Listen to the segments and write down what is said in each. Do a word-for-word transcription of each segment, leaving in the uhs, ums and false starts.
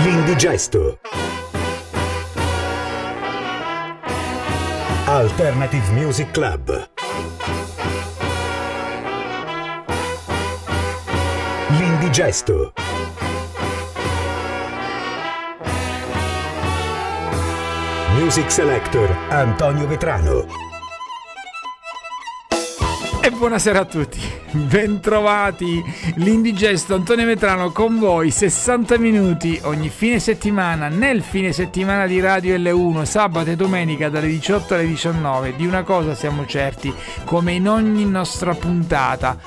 L'Indigesto. Alternative Music Club. L'Indigesto. Music Selector Antonio Vetrano. E buonasera a tutti, bentrovati. L'Indigesto, Antonio Vetrano con voi, sessanta minuti ogni fine settimana, nel fine settimana di Radio L uno, sabato e domenica dalle diciotto alle diciannove. Di una cosa siamo certi, come in ogni nostra puntata,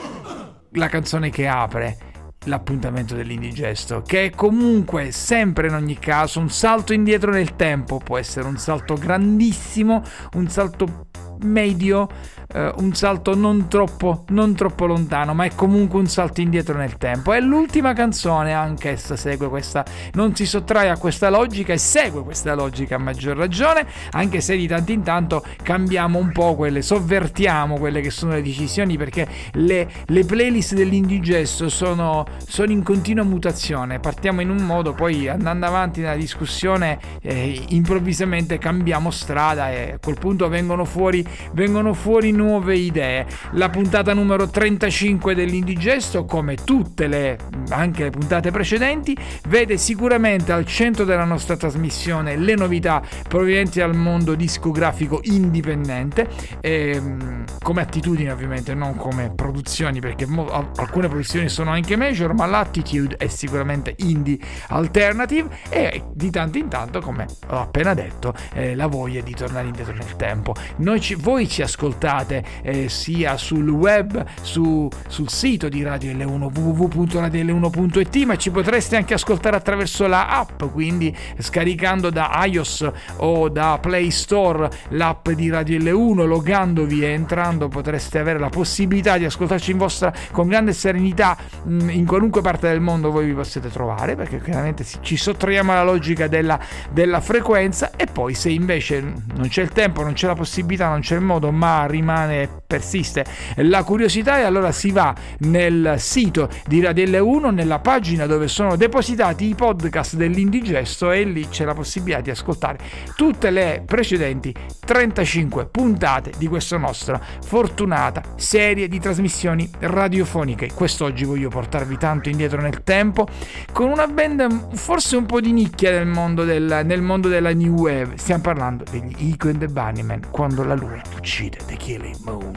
la canzone che apre l'appuntamento dell'Indigesto, che è comunque sempre in ogni caso un salto indietro nel tempo. Può essere un salto grandissimo, un salto medio, Uh, un salto non troppo non troppo lontano, ma è comunque un salto indietro nel tempo. E l'ultima canzone anch'essa segue questa, non si sottrae a questa logica e segue questa logica a maggior ragione, anche se di tanto in tanto cambiamo un po' quelle, sovvertiamo quelle che sono le decisioni, perché le, le playlist dell'Indigesto sono, sono in continua mutazione. Partiamo in un modo, poi andando avanti nella discussione eh, improvvisamente cambiamo strada e a quel punto vengono fuori vengono fuori nuove idee. La puntata numero trentacinque dell'Indigesto, come tutte le anche le puntate precedenti, vede sicuramente al centro della nostra trasmissione le novità provenienti dal mondo discografico indipendente, e, come attitudine ovviamente, non come produzioni, perché mo- alcune produzioni sono anche major, ma l'attitude è sicuramente indie alternative, e di tanto in tanto, come ho appena detto, eh, la voglia di tornare indietro nel tempo. Noi ci, voi ci ascoltate Eh, sia sul web, su, sul sito di Radio L uno, w w w punto radio l uno punto i t, ma ci potreste anche ascoltare attraverso la app, quindi scaricando da iOS o da Play Store l'app di Radio L uno, logandovi e entrando potreste avere la possibilità di ascoltarci in vostra con grande serenità mh, in qualunque parte del mondo voi vi possiate trovare, perché chiaramente ci sottraiamo alla logica della, della frequenza. E poi, se invece non c'è il tempo, non c'è la possibilità, non c'è il modo, ma rimane, persiste la curiosità, e allora si va nel sito di Radio L uno, nella pagina dove sono depositati i podcast dell'Indigesto, e lì c'è la possibilità di ascoltare tutte le precedenti trentacinque puntate di questa nostra fortunata serie di trasmissioni radiofoniche. Quest'oggi voglio portarvi tanto indietro nel tempo con una band forse un po' di nicchia nel mondo, del, nel mondo della New Wave. Stiamo parlando degli Echo and the Bunnymen, Quando la luna uccide The Killing Moon.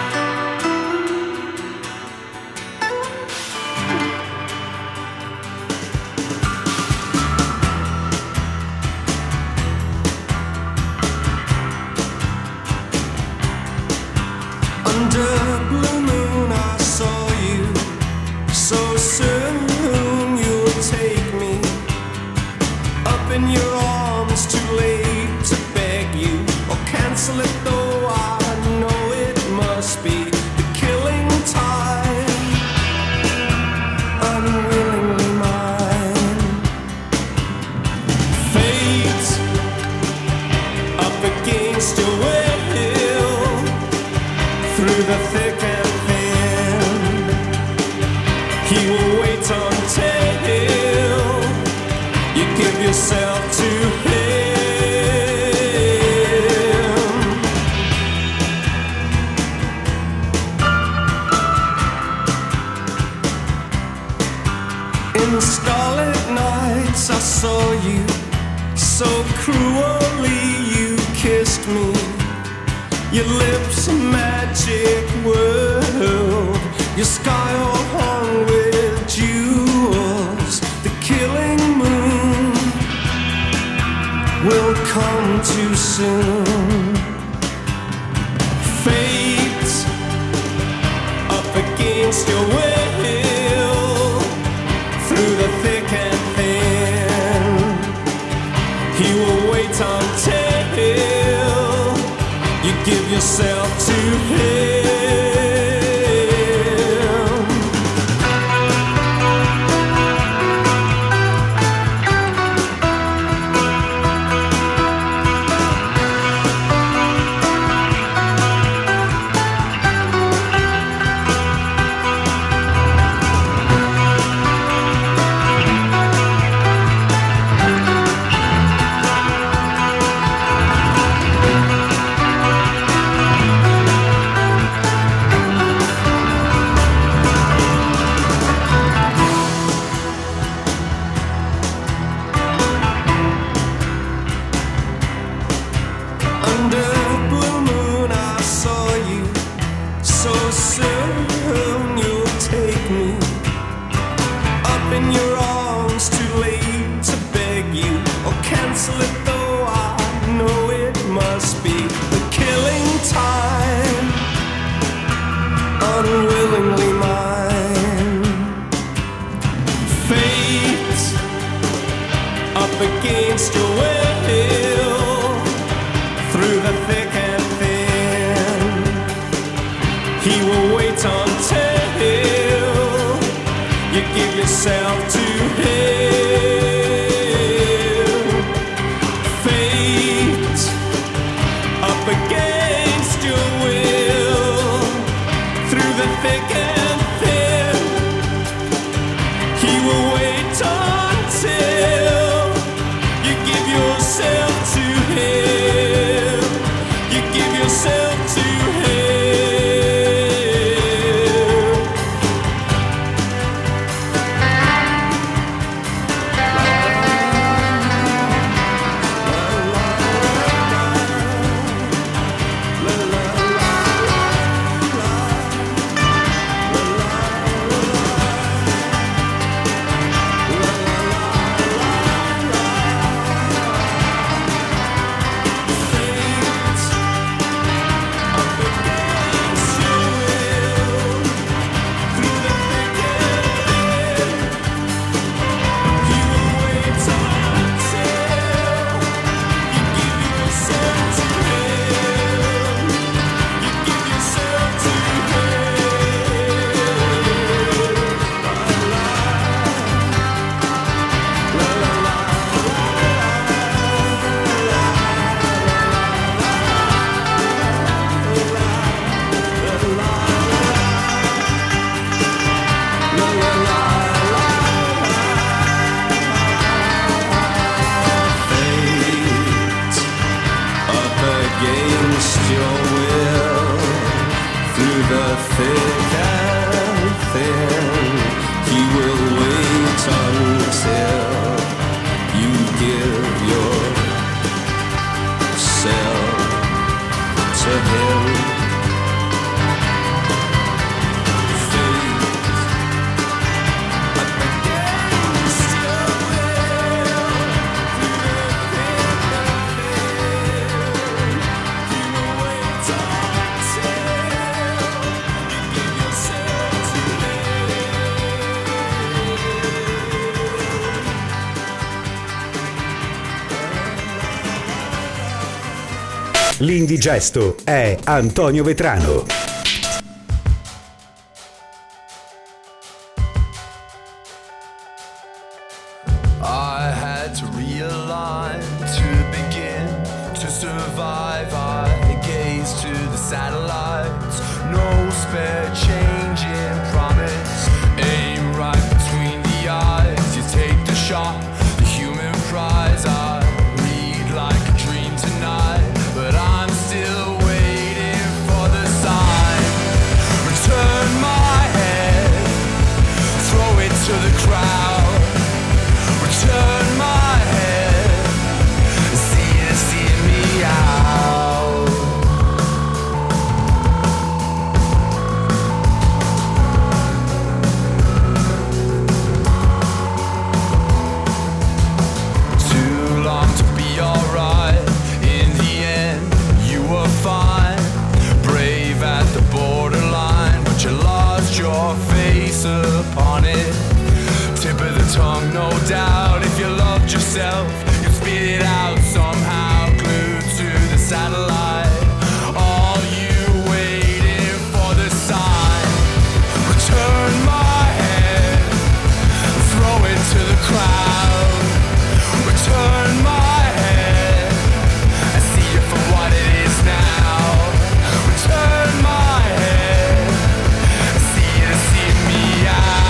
Under blue moon I saw you, so soon you'll take me up in your arms, too late to beg you or cancel it, though I know it must be the killing time, unwillingly mine. Fate up against your will, through the thick and thin, he will wait until you give yourself to him. In starlit nights I saw you, so cruelly you kissed me. Your lips a magic world, your sky all hung with jewels. The killing moon will come too soon. Fate up against your will, through the thick and thin, he will wait until you give yourself to him. desolate though I know it must be, the killing time, unwillingly mine. Fate up against your will, through the thick and thin, he will wait until you give yourself to him. Fate up against your will, through the thick and thin, he will wait until you give yourself to him. You give yourself to him. L'indigesto è Antonio Vetrano. I had to realign to begin to survive. I gazed to the satellites, no spare change in promise. Aim right between the eyes, you take the shot, the human prize. I read like a dream tonight, but I'm still waiting for the sign. Return my head, throw it to the crowd. Return my head, see you, see me out. Too long to be alright, in the end you were fine. Brave at the borderline, but you lost your face upon it. Tip of the tongue, no doubt. If you loved yourself, you'd spit it out somehow. Glued to the satellite, all you waiting for the sign. Return my head, throw it to the crowd. Return my head, I see it for what it is now. Return my head, I see you, see me out.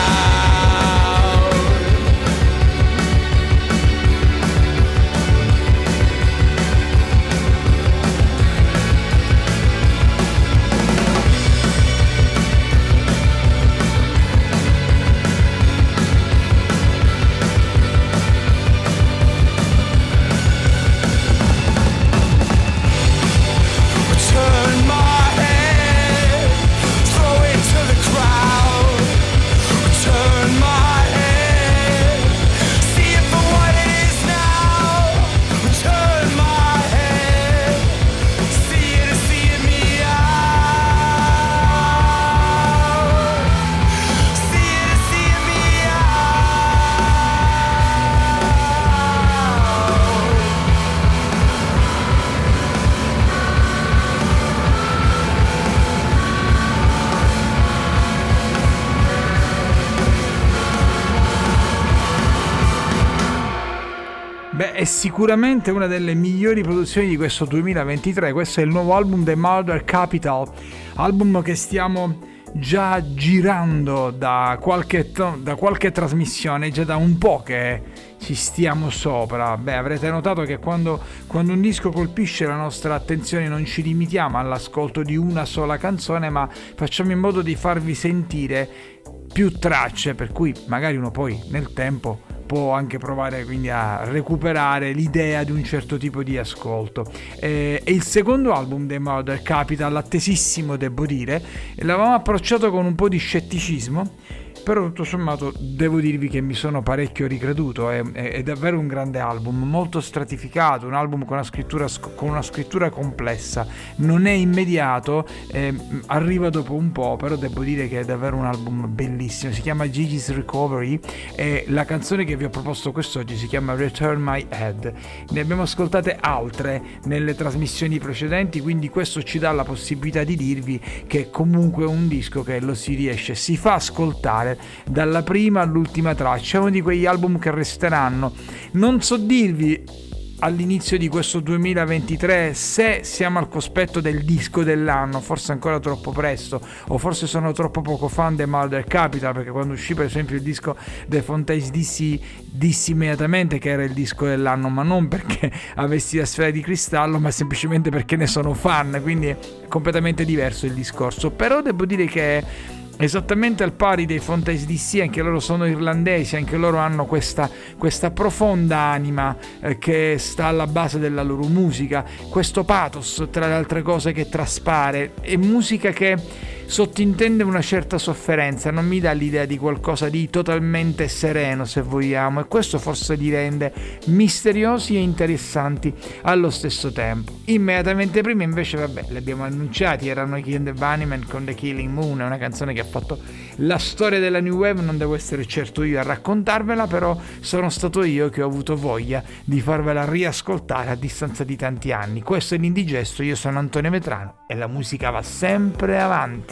è sicuramente una delle migliori produzioni di questo duemilaventitré. Questo è il nuovo album dei Murder Capital, album che stiamo già girando da qualche, da qualche trasmissione, già da un po' che ci stiamo sopra. Beh, avrete notato che quando, quando un disco colpisce la nostra attenzione non ci limitiamo all'ascolto di una sola canzone, ma facciamo in modo di farvi sentire più tracce, per cui magari uno poi nel tempo può anche provare quindi a recuperare l'idea di un certo tipo di ascolto. Eh, è il secondo album dei Murder Capital, attesissimo devo dire, l'avevamo approcciato con un po' di scetticismo, però tutto sommato devo dirvi che mi sono parecchio ricreduto. È, è, è davvero un grande album, molto stratificato, un album con una scrittura, con una scrittura complessa, non è immediato, eh, arriva dopo un po', però devo dire che è davvero un album bellissimo. Si chiama Gigi's Recovery e la canzone che vi ho proposto quest'oggi si chiama Return My Head. Ne abbiamo ascoltate altre nelle trasmissioni precedenti, quindi questo ci dà la possibilità di dirvi che comunque è un disco che lo si riesce, si fa ascoltare dalla prima all'ultima traccia. È uno di quegli album che resteranno. Non so dirvi all'inizio di questo duemilaventitré se siamo al cospetto del disco dell'anno, forse ancora troppo presto, o forse sono troppo poco fan dei Murder Capital, perché quando uscì per esempio il disco dei Fontaines dissi, dissi immediatamente che era il disco dell'anno, ma non perché avessi la sfera di cristallo, ma semplicemente perché ne sono fan, quindi è completamente diverso il discorso. Però devo dire che esattamente al pari dei Fontaines D C, anche loro sono irlandesi, anche loro hanno questa, questa profonda anima eh, che sta alla base della loro musica, questo pathos tra le altre cose che traspare, è musica che sottintende una certa sofferenza, non mi dà l'idea di qualcosa di totalmente sereno, se vogliamo, e questo forse li rende misteriosi e interessanti allo stesso tempo. Immediatamente prima invece, vabbè, li abbiamo annunciati, erano i King and the Bunnymen con The Killing Moon, è una canzone che ha fatto la storia della New Wave, non devo essere certo io a raccontarvela, però sono stato io che ho avuto voglia di farvela riascoltare a distanza di tanti anni. Questo è l'Indigesto, io sono Antonio Vetrano e la musica va sempre avanti.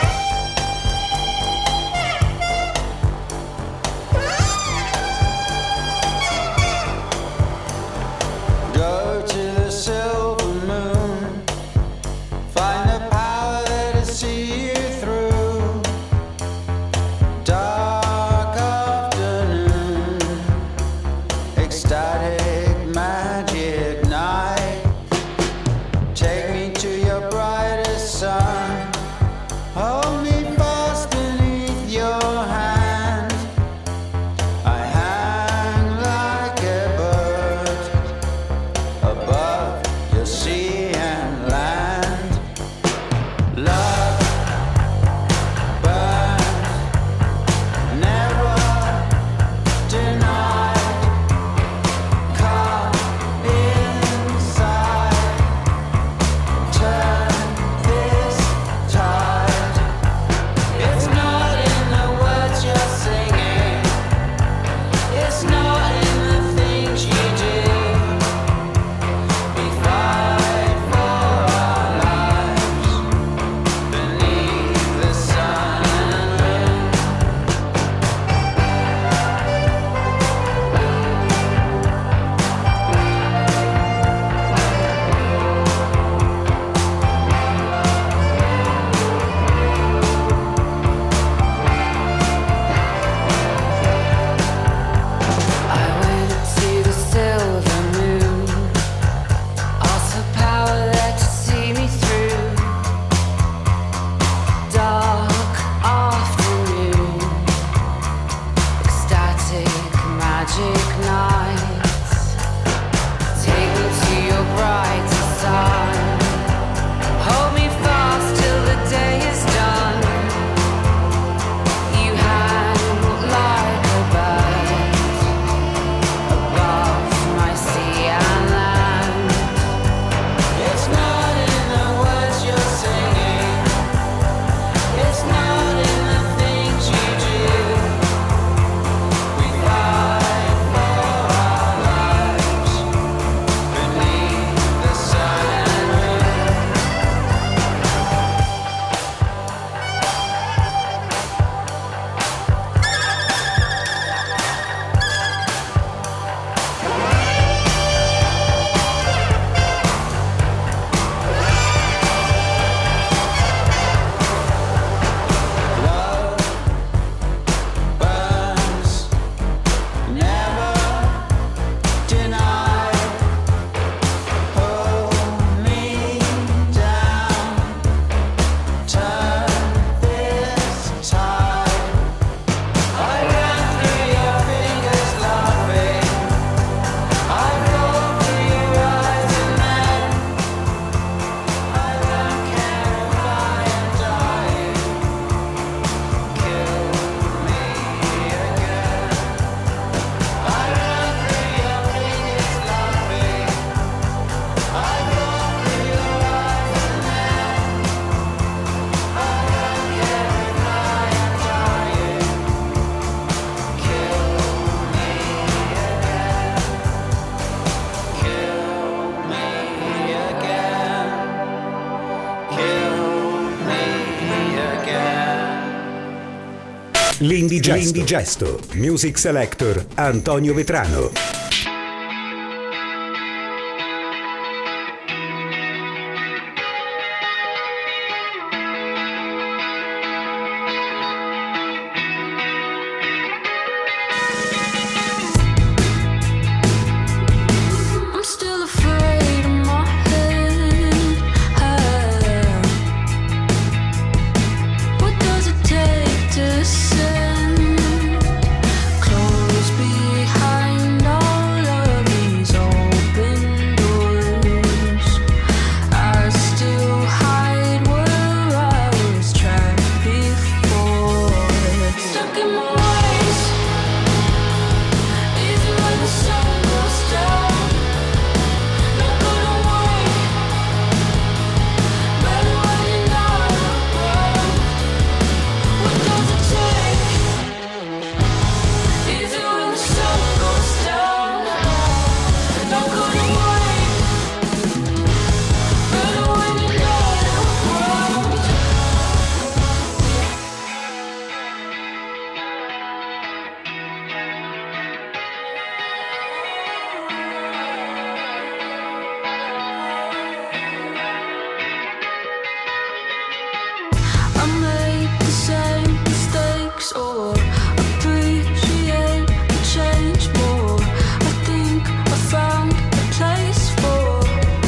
Go to the silver moon, find a power that'll see you through. Dark afternoon, ecstatic magic night. Take me to your brightest sun. Hold me L'Indigesto. L'Indigesto. Music Selector Antonio Vetrano. I'm still afraid in my head. What does it take to send close behind all of these open doors? I still hide where I was trapped before. Stuck in my ways, even when the sun goes down. Not gonna wait, better when you're not around. What does it take? Even when the sun goes down. Not gonna wait, better when you're not around. I made the same mistakes or appreciate the change more. I think I found a place for.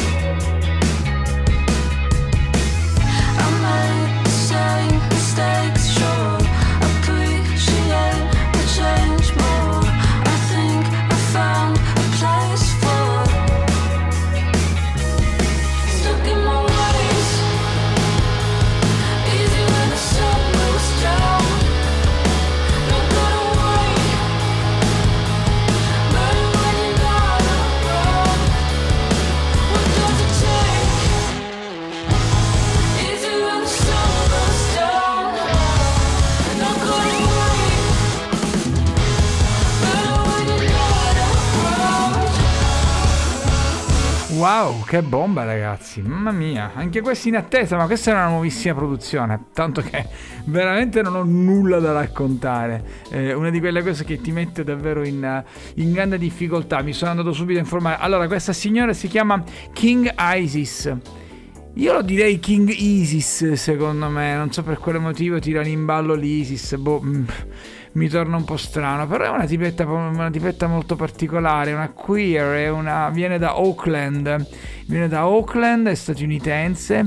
I made the same mistakes, sure. Appreciate the change more. I think I found a place for. Stuck in my ways, easy when the sun goes down. Not gonna wait, better when you're not around. What does it take? Easy when the sun goes down. Not gonna wait, better when you're not around. Wow, che bomba ragazzi, mamma mia, anche questi in attesa, ma questa è una nuovissima produzione, tanto che veramente non ho nulla da raccontare, eh, una di quelle cose che ti mette davvero in, in grande difficoltà. Mi sono andato subito a informare. Allora, questa signora si chiama King Isis. Io lo direi King Isis, secondo me, non so per quale motivo tirano in ballo l'Isis, boh, mm, mi torna un po' strano, però è una tipetta, una tipetta molto particolare, una queer, è una, viene da Auckland, viene da Auckland, è statunitense,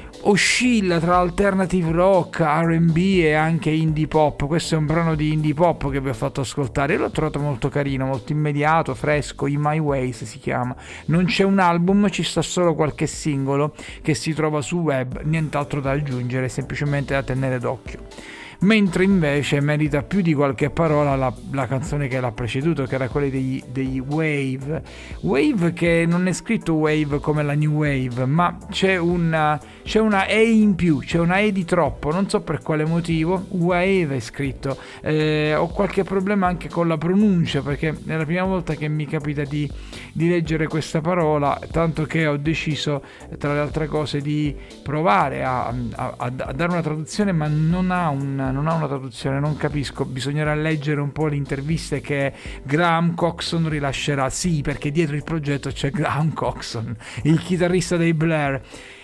oscilla tra alternative rock, R and B e anche indie pop. Questo è un brano di indie pop che vi ho fatto ascoltare, io l'ho trovato molto carino, molto immediato, fresco. In My Ways si chiama, non c'è un album, ci sta solo qualche singolo che si trova sul web, nient'altro da aggiungere, semplicemente da tenere d'occhio. Mentre invece merita più di qualche parola la, la canzone che l'ha preceduto, che era quella dei, dei Wave. Wave che non è scritto Wave come la New Wave, ma c'è una, c'è una E in più, c'è una E di troppo, non so per quale motivo. Wave è scritto. Eh, ho qualche problema anche con la pronuncia, perché è la prima volta che mi capita di, di leggere questa parola, tanto che ho deciso, tra le altre cose, di provare a, a, a dare una traduzione, ma non ha un non ha una traduzione, non capisco, bisognerà leggere un po' le interviste che Graham Coxon rilascerà. Sì, perché dietro il progetto c'è Graham Coxon, il chitarrista dei Blair,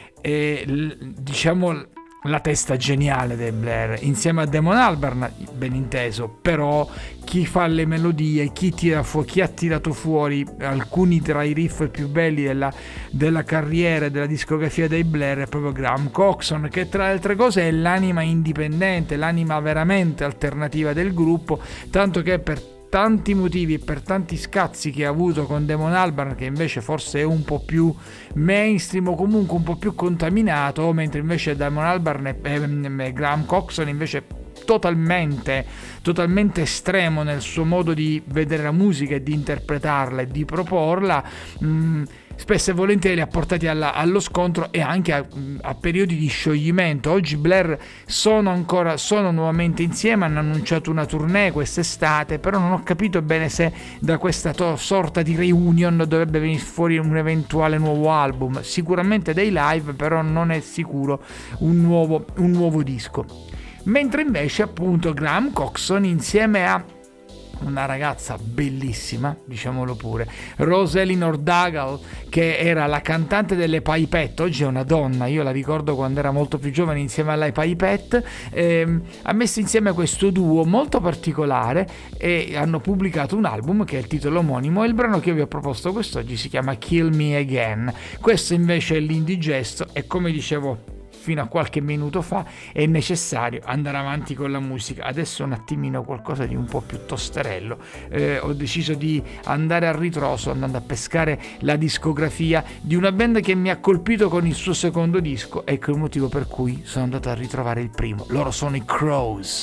e diciamo la testa geniale dei Blair, insieme a Damon Albarn, ben inteso, però chi fa le melodie, chi, tira fu- chi ha tirato fuori alcuni tra i riff più belli della, della carriera e della discografia dei Blair è proprio Graham Coxon, che tra le altre cose è l'anima indipendente, l'anima veramente alternativa del gruppo, tanto che per tanti motivi e per tanti scazzi che ha avuto con Damon Albarn, che invece forse è un po' più mainstream o comunque un po' più contaminato, mentre invece Damon Albarn e, e, e Graham Coxon invece totalmente totalmente estremo nel suo modo di vedere la musica e di interpretarla e di proporla. mh, spesso e volentieri li ha portati alla, allo scontro e anche a, a periodi di scioglimento. Oggi Blair sono ancora sono nuovamente insieme, hanno annunciato una tournée quest'estate, però non ho capito bene se da questa to- sorta di reunion dovrebbe venire fuori un eventuale nuovo album. Sicuramente dei live, però non è sicuro un nuovo, un nuovo disco. mentre invece appunto Graham Coxon insieme a una ragazza bellissima, diciamolo pure, Rose Elinor Dougal, che era la cantante delle Pipette, oggi è una donna, io la ricordo quando era molto più giovane insieme alle Pipette, ehm, ha messo insieme questo duo molto particolare e hanno pubblicato un album che è il titolo omonimo, e il brano che io vi ho proposto quest'oggi si chiama Kill Me Again. Questo invece è l'indigesto e, come dicevo fino a qualche minuto fa, è necessario andare avanti con la musica. Adesso un attimino qualcosa di un po' più tosterello, eh, ho deciso di andare a ritroso andando a pescare la discografia di una band che mi ha colpito con il suo secondo disco, ecco il motivo per cui sono andato a ritrovare il primo. Loro sono i Crows.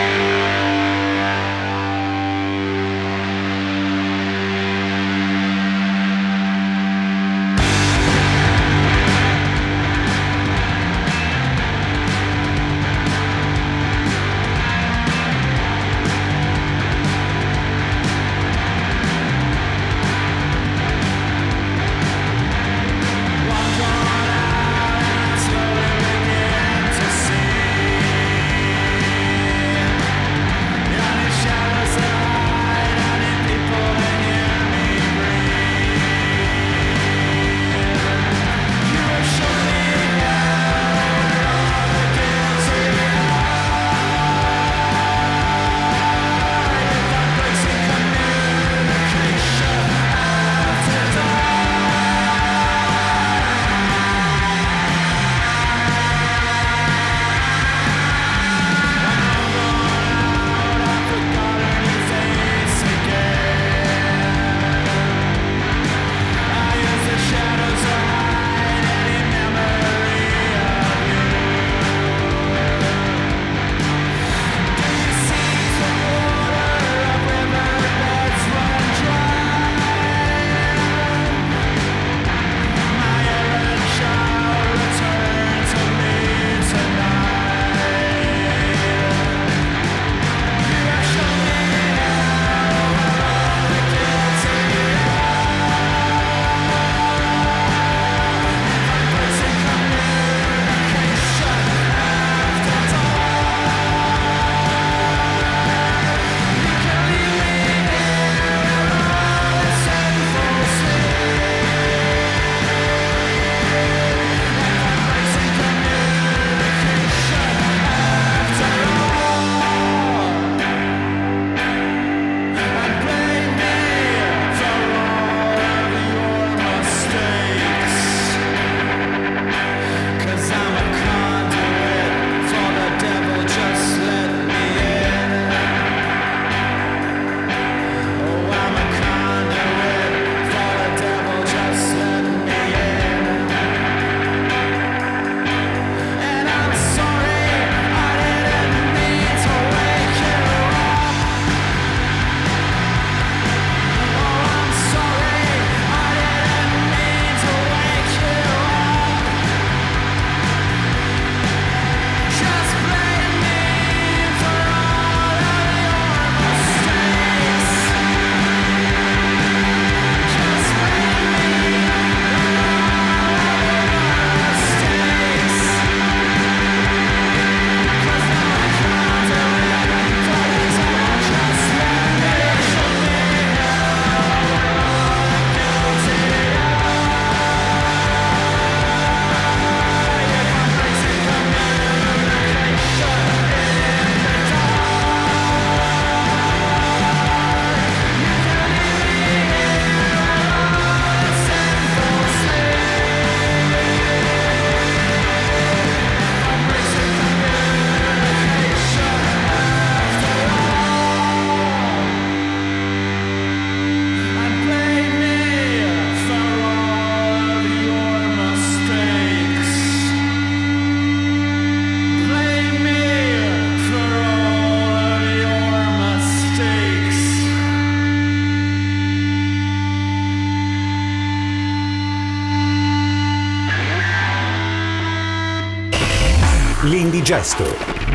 L'Indigesto.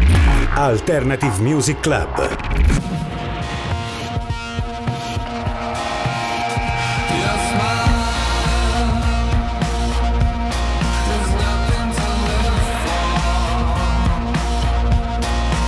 Alternative Music Club. There's nothing to live for.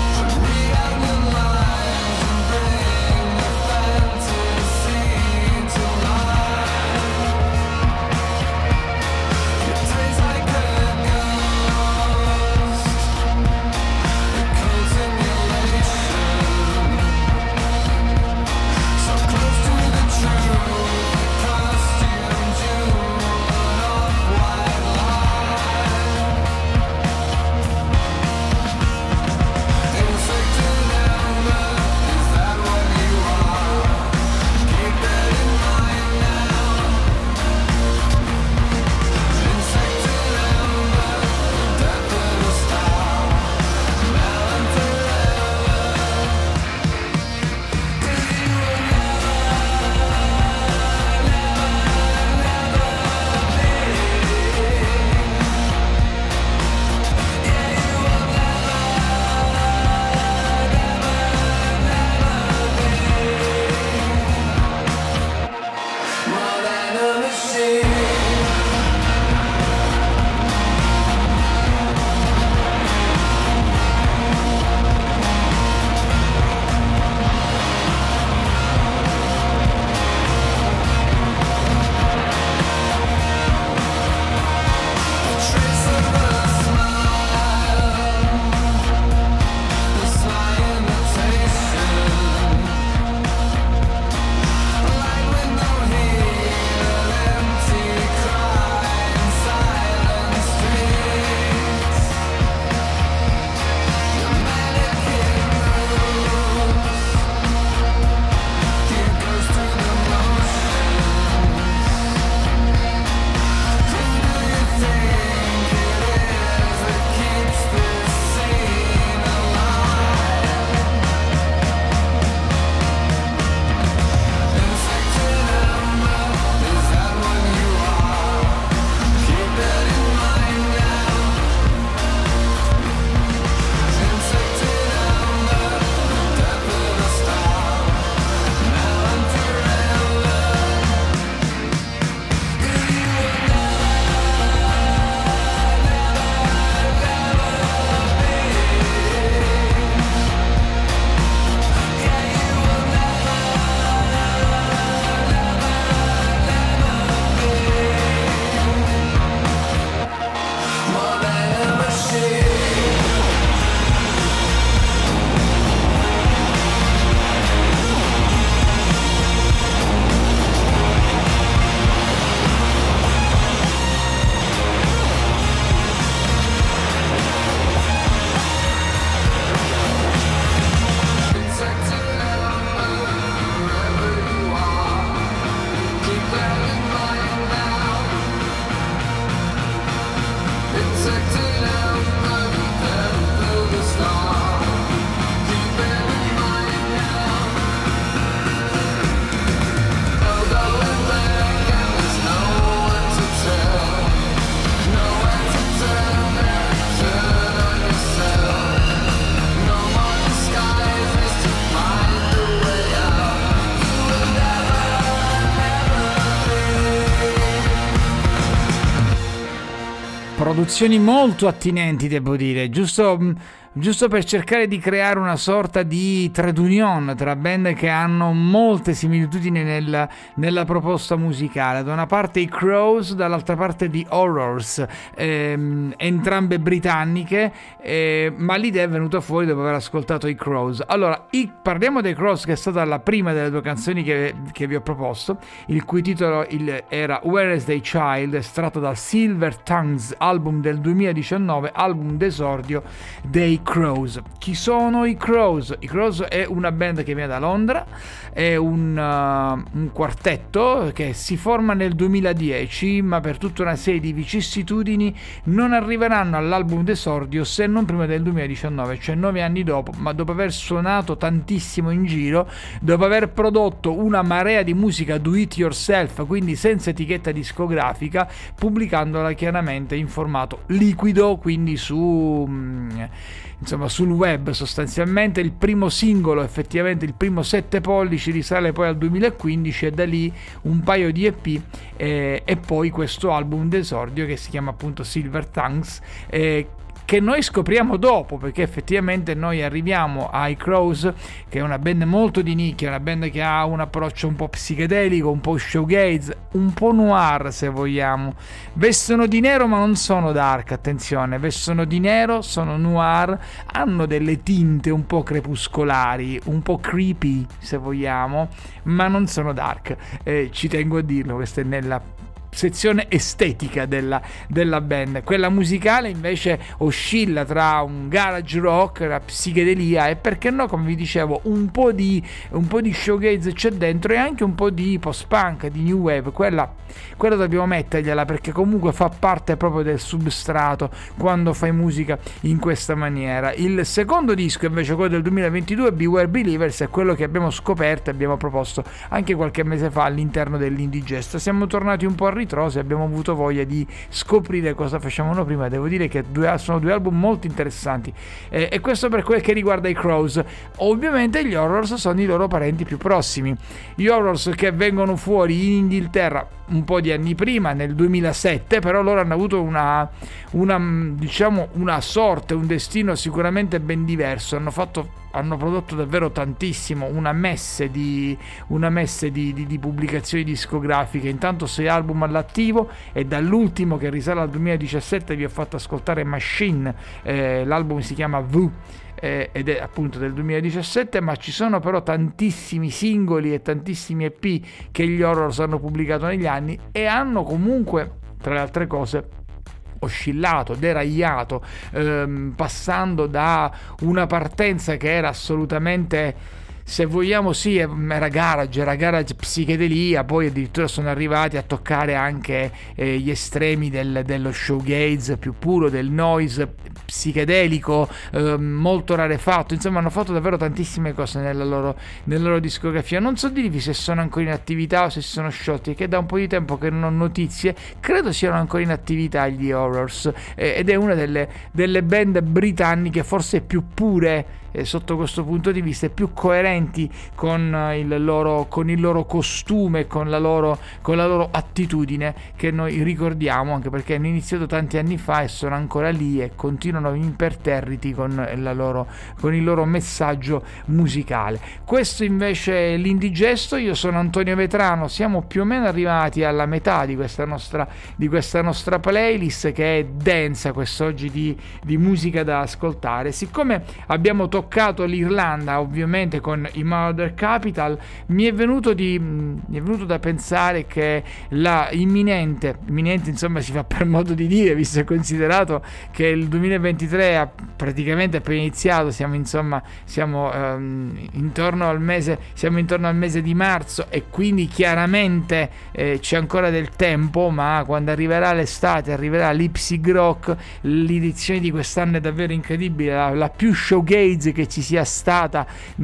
produzioni molto attinenti, devo dire, giusto giusto per cercare di creare una sorta di trade union tra band che hanno molte similitudini nel, nella proposta musicale. Da una parte i Crows, dall'altra parte The Horrors, ehm, entrambe britanniche, eh, ma l'idea è venuta fuori dopo aver ascoltato i Crows. Allora, i, parliamo dei Crows, che è stata la prima delle due canzoni che, che vi ho proposto, il cui titolo il, era Where is the Child, estratto dal Silver Tongues, album del duemiladiciannove, album d'esordio dei Crows. Chi sono i Crows? I Crows è una band che viene da Londra, è un, uh, un quartetto che si forma nel duemiladieci, ma per tutta una serie di vicissitudini non arriveranno all'album d'esordio se non prima del duemiladiciannove, cioè nove anni dopo, ma dopo aver suonato tantissimo in giro, dopo aver prodotto una marea di musica do it yourself, quindi senza etichetta discografica, pubblicandola chiaramente in formato liquido, quindi su... Mh, insomma sul web sostanzialmente. Il primo singolo, effettivamente il primo sette pollici, risale poi al duemilaquindici, e da lì un paio di E P, eh, e poi questo album d'esordio che si chiama appunto Silver Tongues, eh, che noi scopriamo dopo, perché effettivamente noi arriviamo ai Crows, che è una band molto di nicchia, una band che ha un approccio un po' psichedelico, un po' showgaze, un po' noir se vogliamo. Vestono di nero ma non sono dark, attenzione, vestono di nero, sono noir, hanno delle tinte un po' crepuscolari, un po' creepy se vogliamo, ma non sono dark, eh, ci tengo a dirlo, questa è nella sezione estetica della, della band. Quella musicale invece oscilla tra un garage rock, la psichedelia e, perché no, come vi dicevo, un po' di un po' di showgaze c'è dentro, e anche un po' di post-punk, di new wave. Quella, quella dobbiamo mettergliela, perché comunque fa parte proprio del substrato quando fai musica in questa maniera. Il secondo disco invece, quello del duemilaventidue, Beware Believers, è quello che abbiamo scoperto e abbiamo proposto anche qualche mese fa all'interno dell'Indigest. Siamo tornati un po' a ritroso e abbiamo avuto voglia di scoprire cosa facevano prima. Devo dire che due, sono due album molto interessanti, eh, e questo per quel che riguarda i Crows. Ovviamente gli Horrors sono i loro parenti più prossimi, gli Horrors che vengono fuori in Inghilterra un po' di anni prima, nel duemilasette, però loro hanno avuto una, una diciamo una sorte, un destino sicuramente ben diverso. Hanno fatto hanno prodotto davvero tantissimo, una messe di una messe di, di, di pubblicazioni discografiche, intanto sei album all'attivo, e dall'ultimo, che risale al duemiladiciassette, vi ho fatto ascoltare Machine, eh, l'album si chiama V, eh, ed è appunto del duemiladiciassette, ma ci sono però tantissimi singoli e tantissimi E P che gli Horrors hanno pubblicato negli anni, e hanno comunque, tra le altre cose, oscillato, deragliato, ehm, passando da una partenza che era assolutamente, se vogliamo, sì, era garage, era garage psichedelia, poi addirittura sono arrivati a toccare anche eh, gli estremi del, dello showgaze più puro, del noise psichedelico, eh, molto rarefatto. Insomma, hanno fatto davvero tantissime cose nella loro, nella loro discografia. Non so dirvi se sono ancora in attività o se si sono sciolti, che è da un po' di tempo che non ho notizie. Credo siano ancora in attività gli Horrors, eh, ed è una delle, delle band britanniche forse più pure, eh, sotto questo punto di vista, più coerenti con il loro, con il loro costume, con la loro, con la loro attitudine, che noi ricordiamo, anche perché hanno iniziato tanti anni fa e sono ancora lì e continuano imperterriti con, la loro, con il loro messaggio musicale. Questo invece è l'Indigesto. Io sono Antonio Vetrano, siamo più o meno arrivati alla metà di questa nostra, di questa nostra playlist, che è densa quest'oggi di, di musica da ascoltare. Siccome abbiamo toccato l'Irlanda, ovviamente con i Mother Capital, mi è venuto, di, mi è venuto da pensare che la imminente, imminente insomma si fa per modo di dire, visto e considerato che il duemilaventitré ha praticamente appena iniziato, siamo insomma siamo ehm, intorno al mese siamo intorno al mese di marzo, e quindi chiaramente eh, c'è ancora del tempo, ma quando arriverà l'estate, arriverà l'Ipsig Rock, l'edizione di quest'anno è davvero incredibile, la, la più showgaze che ci sia stata nelle edizioni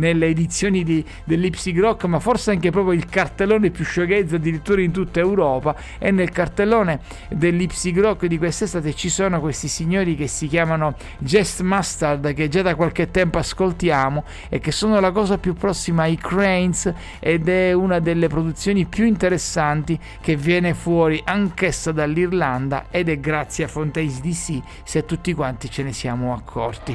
edizioni di, dell'Ipsy Rock, ma forse anche proprio il cartellone più showgaze addirittura in tutta Europa. E nel cartellone dell'Ipsy Rock di quest'estate ci sono questi signori che si chiamano Jazz Mustard, che già da qualche tempo ascoltiamo e che sono la cosa più prossima ai Cranes, ed è una delle produzioni più interessanti che viene fuori anch'essa dall'Irlanda, ed è grazie a Fontaines D C se tutti quanti ce ne siamo accorti.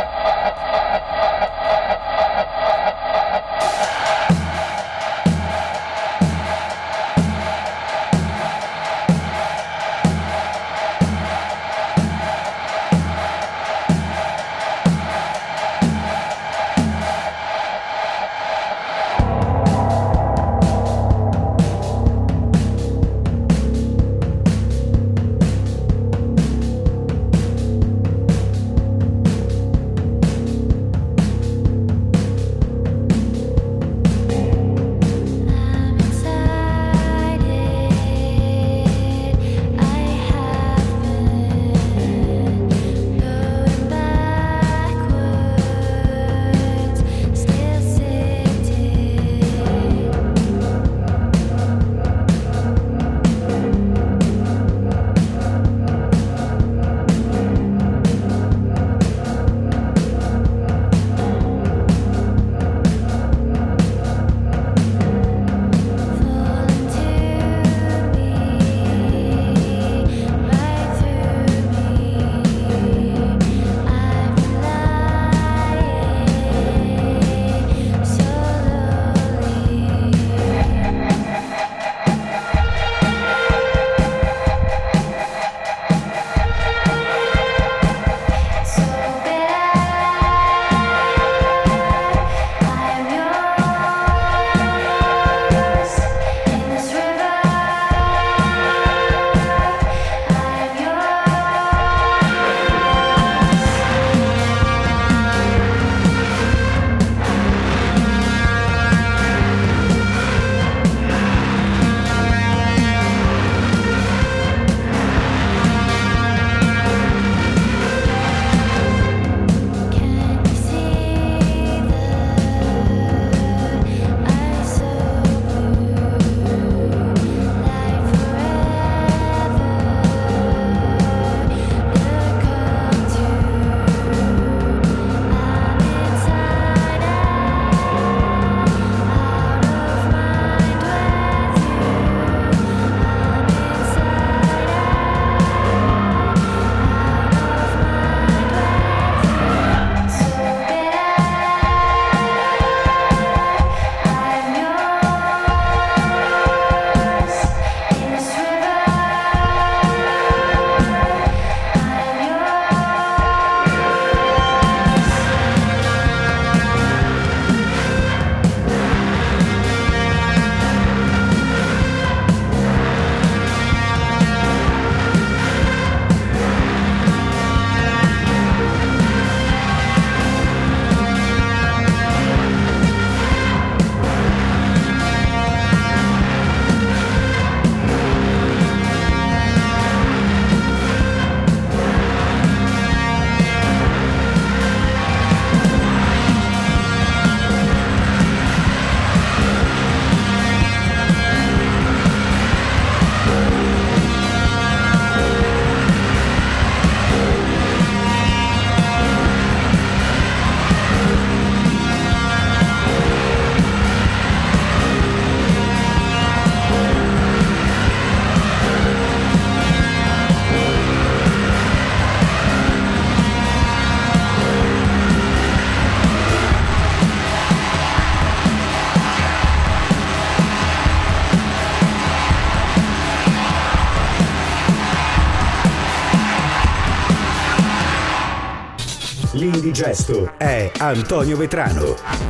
L'indigesto è Antonio Vetrano.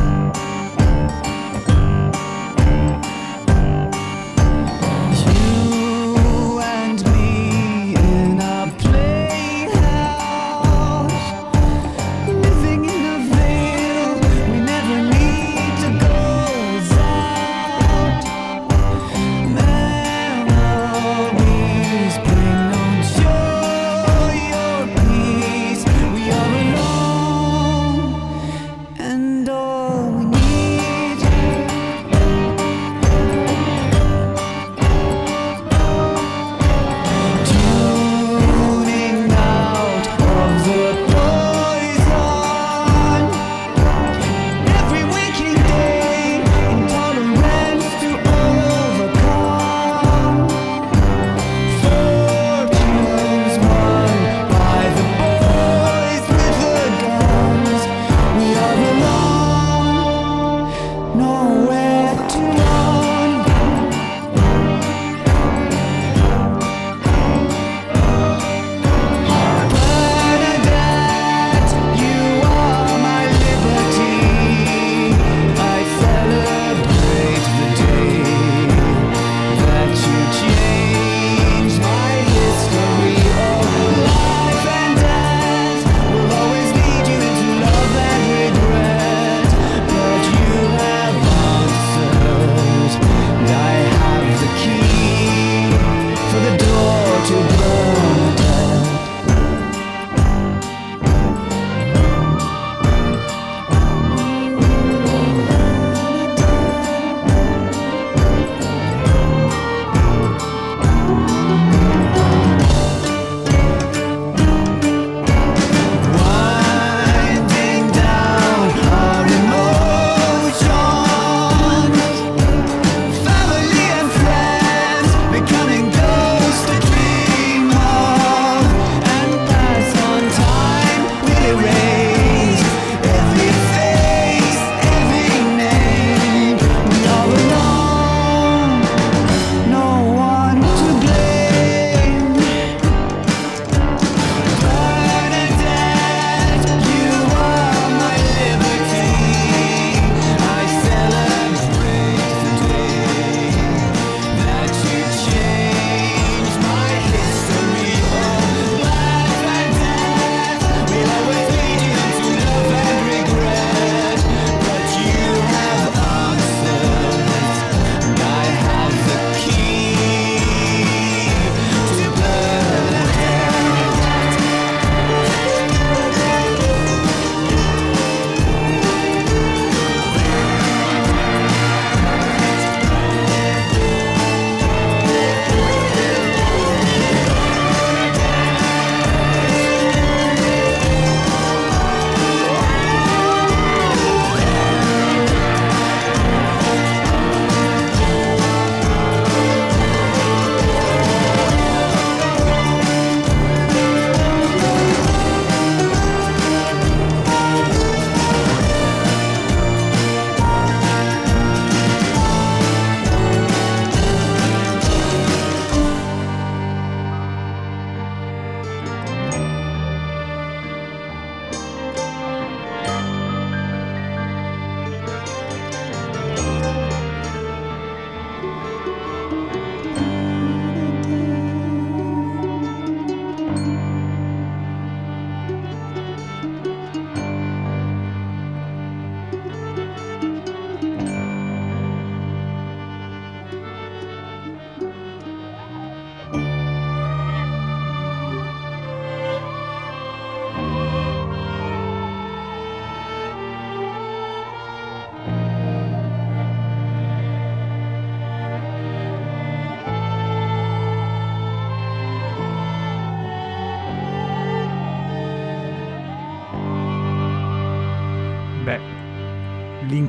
You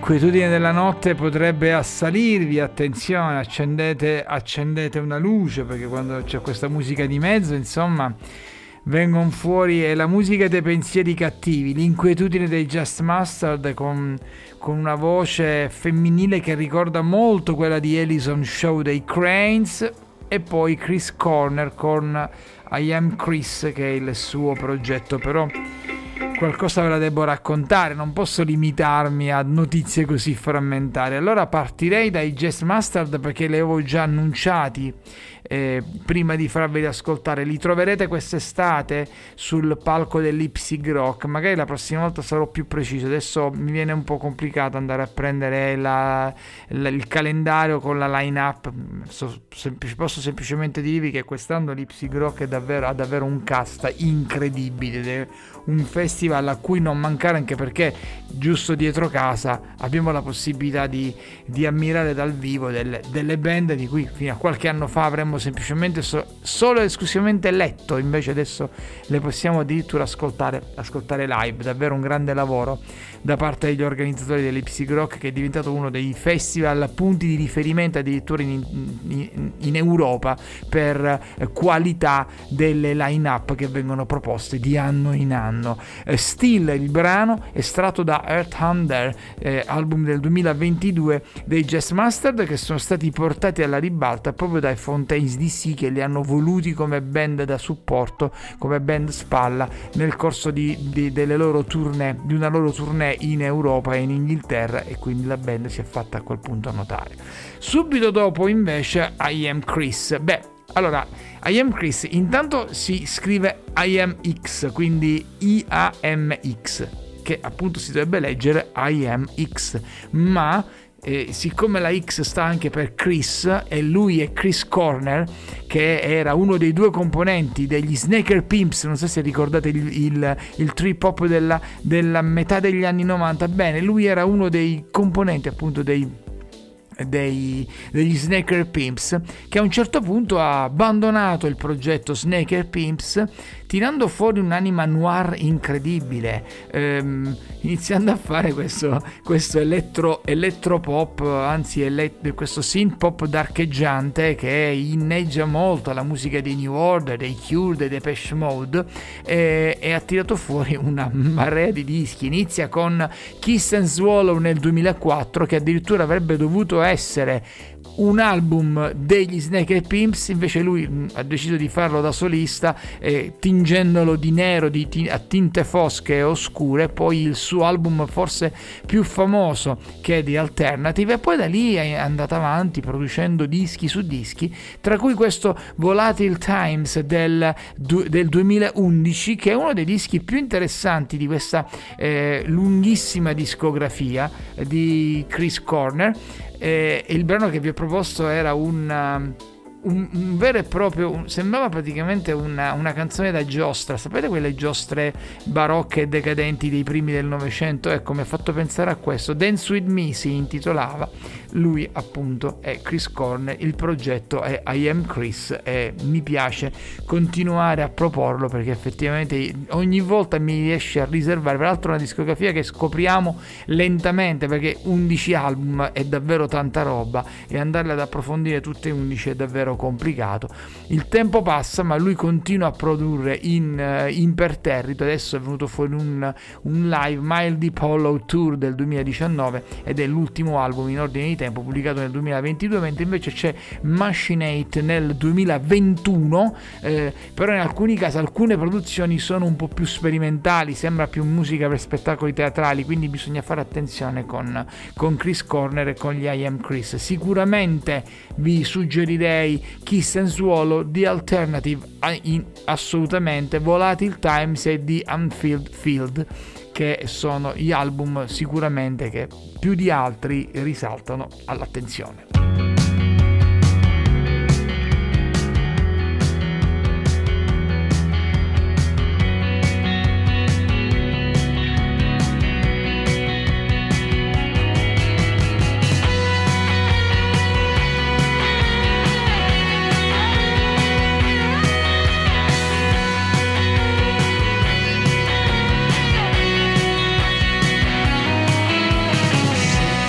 l'inquietudine della notte potrebbe assalirvi, attenzione, accendete, accendete una luce, perché quando c'è questa musica di mezzo, insomma, vengono fuori è la musica dei pensieri cattivi, l'inquietudine dei Just Mustard con, con una voce femminile che ricorda molto quella di Ellison Show dei Cranes, e poi Chris Cornell con I Am Chris, che è il suo progetto. Però qualcosa ve la devo raccontare, non posso limitarmi a notizie così frammentarie. Allora partirei dai Jazz Mustard, perché li avevo già annunciati eh, prima di farveli ascoltare. Li troverete quest'estate sul palco dell'Ipsig Rock. Magari la prossima volta sarò più preciso, adesso mi viene un po' complicato andare a prendere la, la, il calendario con la line up. So, semplice, posso semplicemente dirvi che quest'anno l'Ipsig Rock è davvero, ha davvero un cast incredibile ed è un festival a cui non mancare, anche perché giusto dietro casa abbiamo la possibilità di, di ammirare dal vivo delle, delle band di cui fino a qualche anno fa avremmo semplicemente so, solo e esclusivamente letto, invece adesso le possiamo addirittura ascoltare, ascoltare live. Davvero un grande lavoro da parte degli organizzatori dell'Ipsig Rock, che è diventato uno dei festival punti di riferimento addirittura in, in, in Europa per qualità delle line-up che vengono proposte di anno in anno. Eh, Still, il brano estratto da Earth Under, eh, album del duemilaventidue dei Jazz Mustard, che sono stati portati alla ribalta proprio dai Fontaines D C, che li hanno voluti come band da supporto, come band spalla nel corso di, di, delle loro tournée, di una loro tournée in Europa e in Inghilterra, e quindi la band si è fatta a quel punto notare. Subito dopo invece I Am Chris. Beh, allora, I Am Chris intanto si scrive I Am X, quindi I A M X, che appunto si dovrebbe leggere I Am X, ma eh, siccome la X sta anche per Chris, e lui è Chris Cornell, che era uno dei due componenti degli Snaker Pimps, non so se ricordate il, il, il trip hop della, della metà degli anni novanta. Bene, lui era uno dei componenti appunto dei Dei, degli Snaker Pimps, che a un certo punto ha abbandonato il progetto Snaker Pimps, tirando fuori un'anima noir incredibile, ehm, iniziando a fare questo, questo elettro, elettropop, anzi ele- questo synth pop darcheggiante che inneggia molto alla musica dei New Order, dei Cure, dei Depeche Mode, e, e ha tirato fuori una marea di dischi. Inizia con Kiss and Swallow nel duemilaquattro, che addirittura avrebbe dovuto essere un album degli Snaker Pimps, invece lui mh, ha deciso di farlo da solista, eh, tingendolo di nero, di t- a tinte fosche e oscure. Poi il suo album forse più famoso, che è The Alternative, e poi da lì è andata avanti producendo dischi su dischi, tra cui questo Volatile Times del, du- del duemilaundici, che è uno dei dischi più interessanti di questa eh, lunghissima discografia di Chris Cornell. E il brano che vi ho proposto era un, un, un vero e proprio, un, sembrava praticamente una, una canzone da giostra, sapete quelle giostre barocche e decadenti dei primi del Novecento? Ecco, mi ha fatto pensare a questo. Dance With Me si intitolava, lui appunto è Chris Cornell, il progetto è I Am Chris, e mi piace continuare a proporlo perché effettivamente ogni volta mi riesce a riservare, peraltro una discografia che scopriamo lentamente, perché undici album è davvero tanta roba e andarle ad approfondire tutte e undici è davvero complicato. Il tempo passa, ma lui continua a produrre in uh, imperterrito. Adesso è venuto fuori un, un live, Mile Deep Hollow Tour del duemiladiciannove, ed è l'ultimo album in ordine di tempo, pubblicato nel duemilaventidue, mentre invece c'è Machinate nel duemilaventuno, eh, però in alcuni casi alcune produzioni sono un po' più sperimentali, sembra più musica per spettacoli teatrali, quindi bisogna fare attenzione con, con Chris Cornell e con gli I Am Chris. Sicuramente vi suggerirei Kiss and Swallow, The Alternative, in, assolutamente, Volatile Times e The Unfilled Field, che sono gli album sicuramente che più di altri risaltano all'attenzione. Say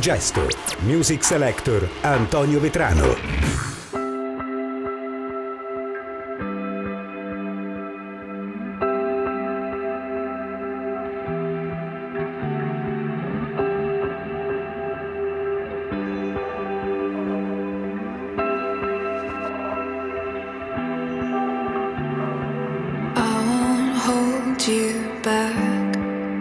L'indigesto. Music Selector Antonio Vetrano. You back.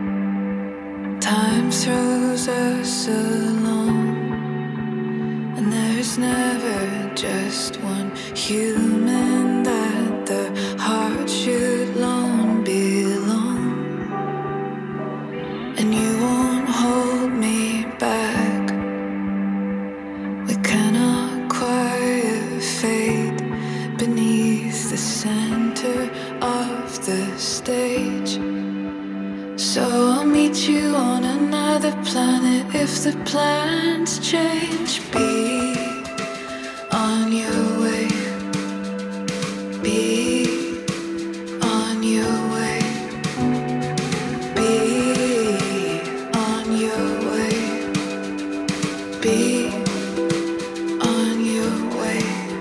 Time throws us along, and there's never just one human that the heart should long belong. And you won't hold me back. We cannot quiet fate beneath the center of the stage. So I'll meet you on another planet if the plans change. Be on your way. Be on your way. Be on your way. Be on your way.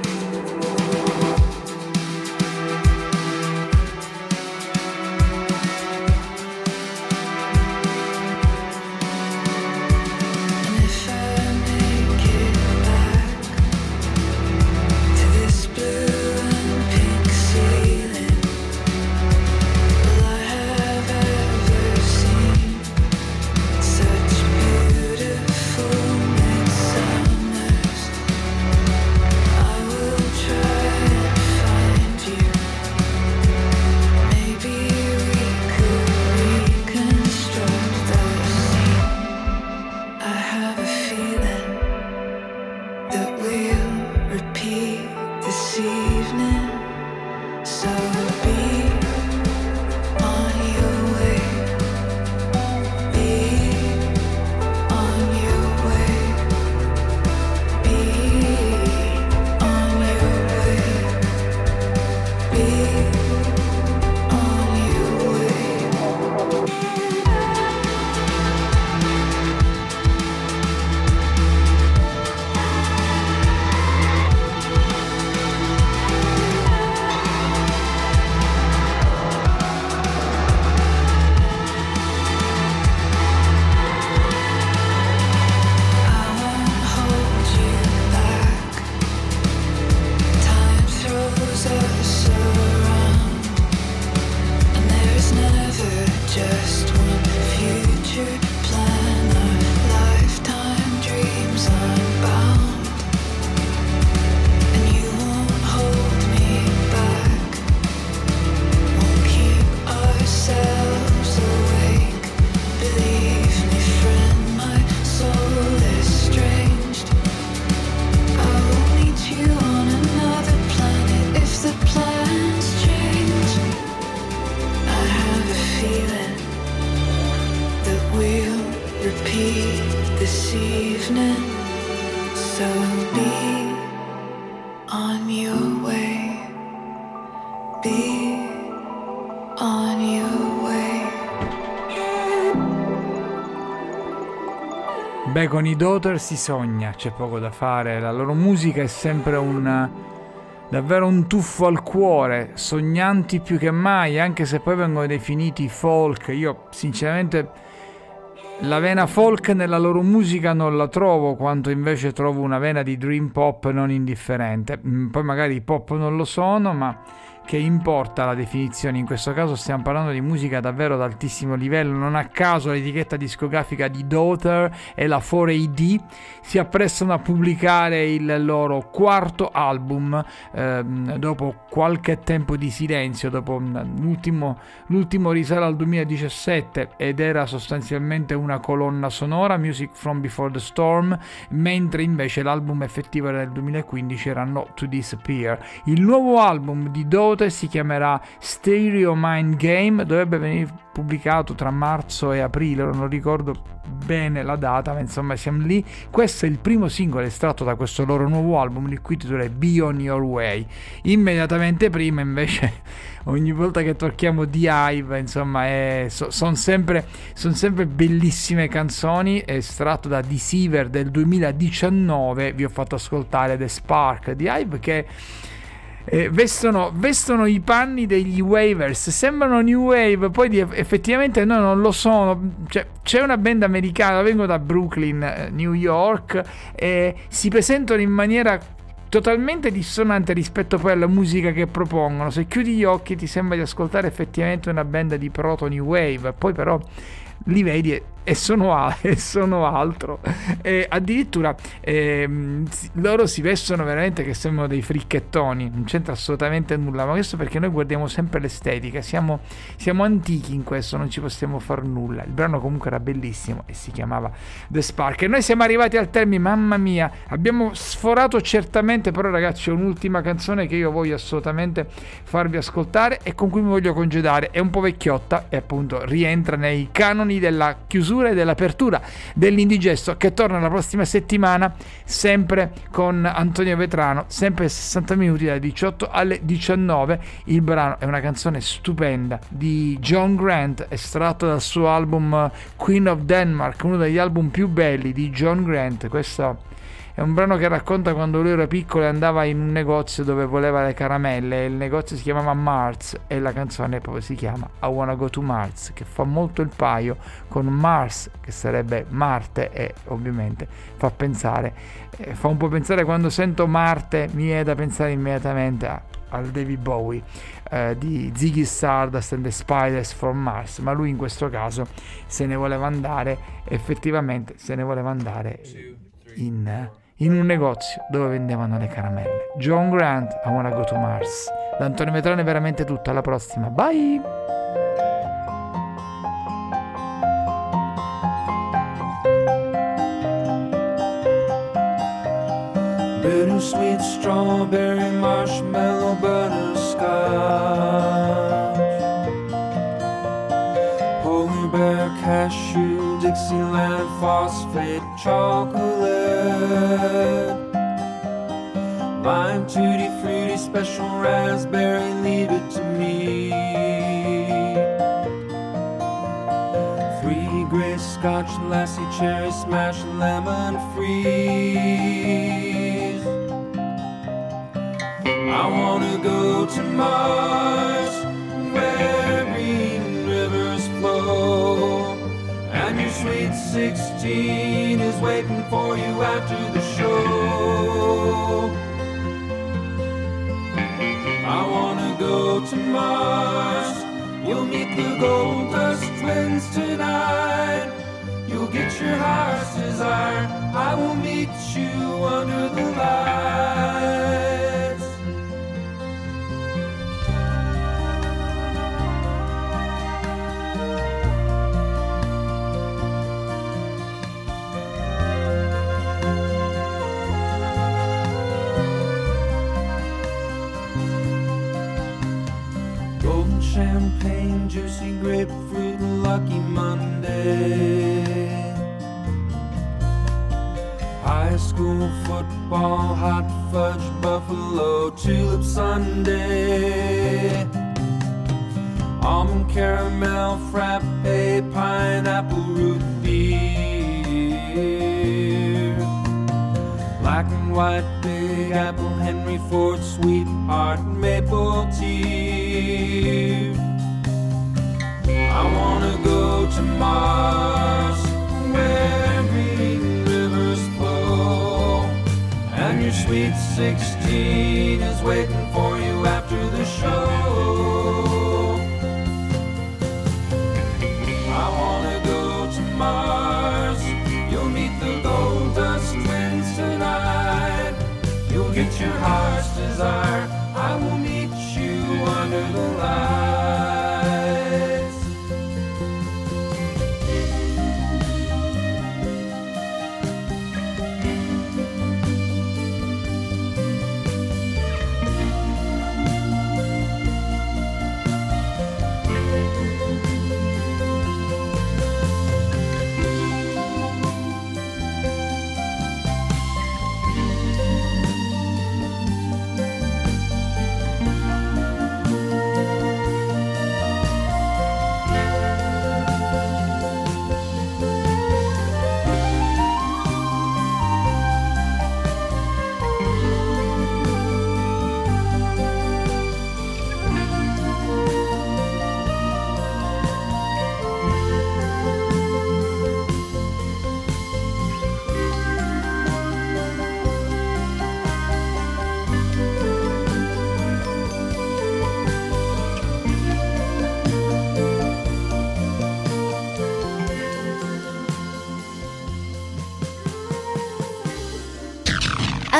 Beh, con i Daughter si sogna, c'è poco da fare, la loro musica è sempre un davvero un tuffo al cuore, sognanti più che mai, anche se poi vengono definiti folk. Io sinceramente la vena folk nella loro musica non la trovo, quanto invece trovo una vena di dream pop non indifferente. Poi magari i pop non lo sono, ma che importa la definizione, in questo caso stiamo parlando di musica davvero ad altissimo livello. Non a caso l'etichetta discografica di Daughter e la quattro A D si apprestano a pubblicare il loro quarto album ehm, dopo qualche tempo di silenzio, dopo l'ultimo, l'ultimo risale al duemiladiciassette ed era sostanzialmente una colonna sonora, Music from Before the Storm, mentre invece l'album effettivo era del duemilaquindici, era Not to Disappear. Il nuovo album di Daughter pilota e si chiamerà Stereo Mind Game, dovrebbe venire pubblicato tra marzo e aprile, non ricordo bene la data, ma insomma siamo lì. Questo è il primo singolo estratto da questo loro nuovo album, il cui titolo è Be On Your Way. Immediatamente prima invece ogni volta che tocchiamo The Hive, insomma è, so, sono sempre, son sempre bellissime canzoni. Estratto da Deceiver del duemiladiciannove vi ho fatto ascoltare The Spark. The Hive che Eh, vestono, vestono i panni degli Wavers, sembrano new wave, poi di, effettivamente no, non lo sono. Cioè, c'è una band americana, vengo da Brooklyn, eh, New York, e si presentano in maniera totalmente dissonante rispetto poi alla musica che propongono. Se chiudi gli occhi ti sembra di ascoltare effettivamente una band di proto new wave, poi però li vedi e, e, sono, e sono altro. E addirittura ehm, loro si vestono veramente che sembrano dei fricchettoni, non c'entra assolutamente nulla, ma questo perché noi guardiamo sempre l'estetica, siamo, siamo antichi in questo, non ci possiamo far nulla. Il brano comunque era bellissimo e si chiamava The Spark. E noi siamo arrivati al termine, mamma mia, abbiamo sforato certamente, però ragazzi, un'ultima canzone che io voglio assolutamente farvi ascoltare e con cui mi voglio congedare. È un po' vecchiotta e appunto rientra nei canoni della chiusura e dell'apertura dell'Indigesto, che torna la prossima settimana sempre con Antonio Vetrano, sempre sessanta minuti dalle diciotto alle diciannove. Il brano è una canzone stupenda di John Grant, estratto dal suo album Queen of Denmark, uno degli album più belli di John Grant. Questo è un brano che racconta quando lui era piccolo e andava in un negozio dove voleva le caramelle, il negozio si chiamava Mars e la canzone proprio si chiama I Wanna Go to Mars, che fa molto il paio con Mars, che sarebbe Marte, e ovviamente fa pensare, eh, fa un po' pensare, quando sento Marte mi è da pensare immediatamente a, al David Bowie eh, di Ziggy Stardust and the Spiders from Mars, ma lui in questo caso se ne voleva andare, effettivamente se ne voleva andare in... in un negozio dove vendevano le caramelle. John Grant, I Wanna Go to Mars. Da Antonio Vetrano è veramente tutto, alla prossima, bye! Bittersweet strawberry marshmallow butterscotch, polar bear cashew Dixieland phosphate chocolate, lime tutti fruity special raspberry, leave it to me. Three gray scotch lassie cherry smash lemon freeze. I wanna go to Mars where green rivers flow, and your sweet sixteen is waiting for you after the show. I wanna go to Mars, you'll meet the Gold Dust Twins tonight. You'll get your heart's desire, I will meet you under the lights. Champagne, juicy grapefruit, lucky Monday. High school football, hot fudge, buffalo, tulip sundae. Almond caramel, frappe, pineapple root beer. Black and white, big apple, Henry Ford, sweetheart, maple tea. I wanna go to Mars where green rivers flow, and your sweet sixteen is waiting for you after the show. I wanna go to Mars, you'll meet the Gold Dust Twins tonight. You'll get your heart's desire, I will meet you under the lights.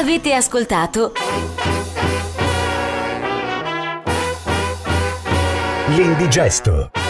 Avete ascoltato L'Indigesto.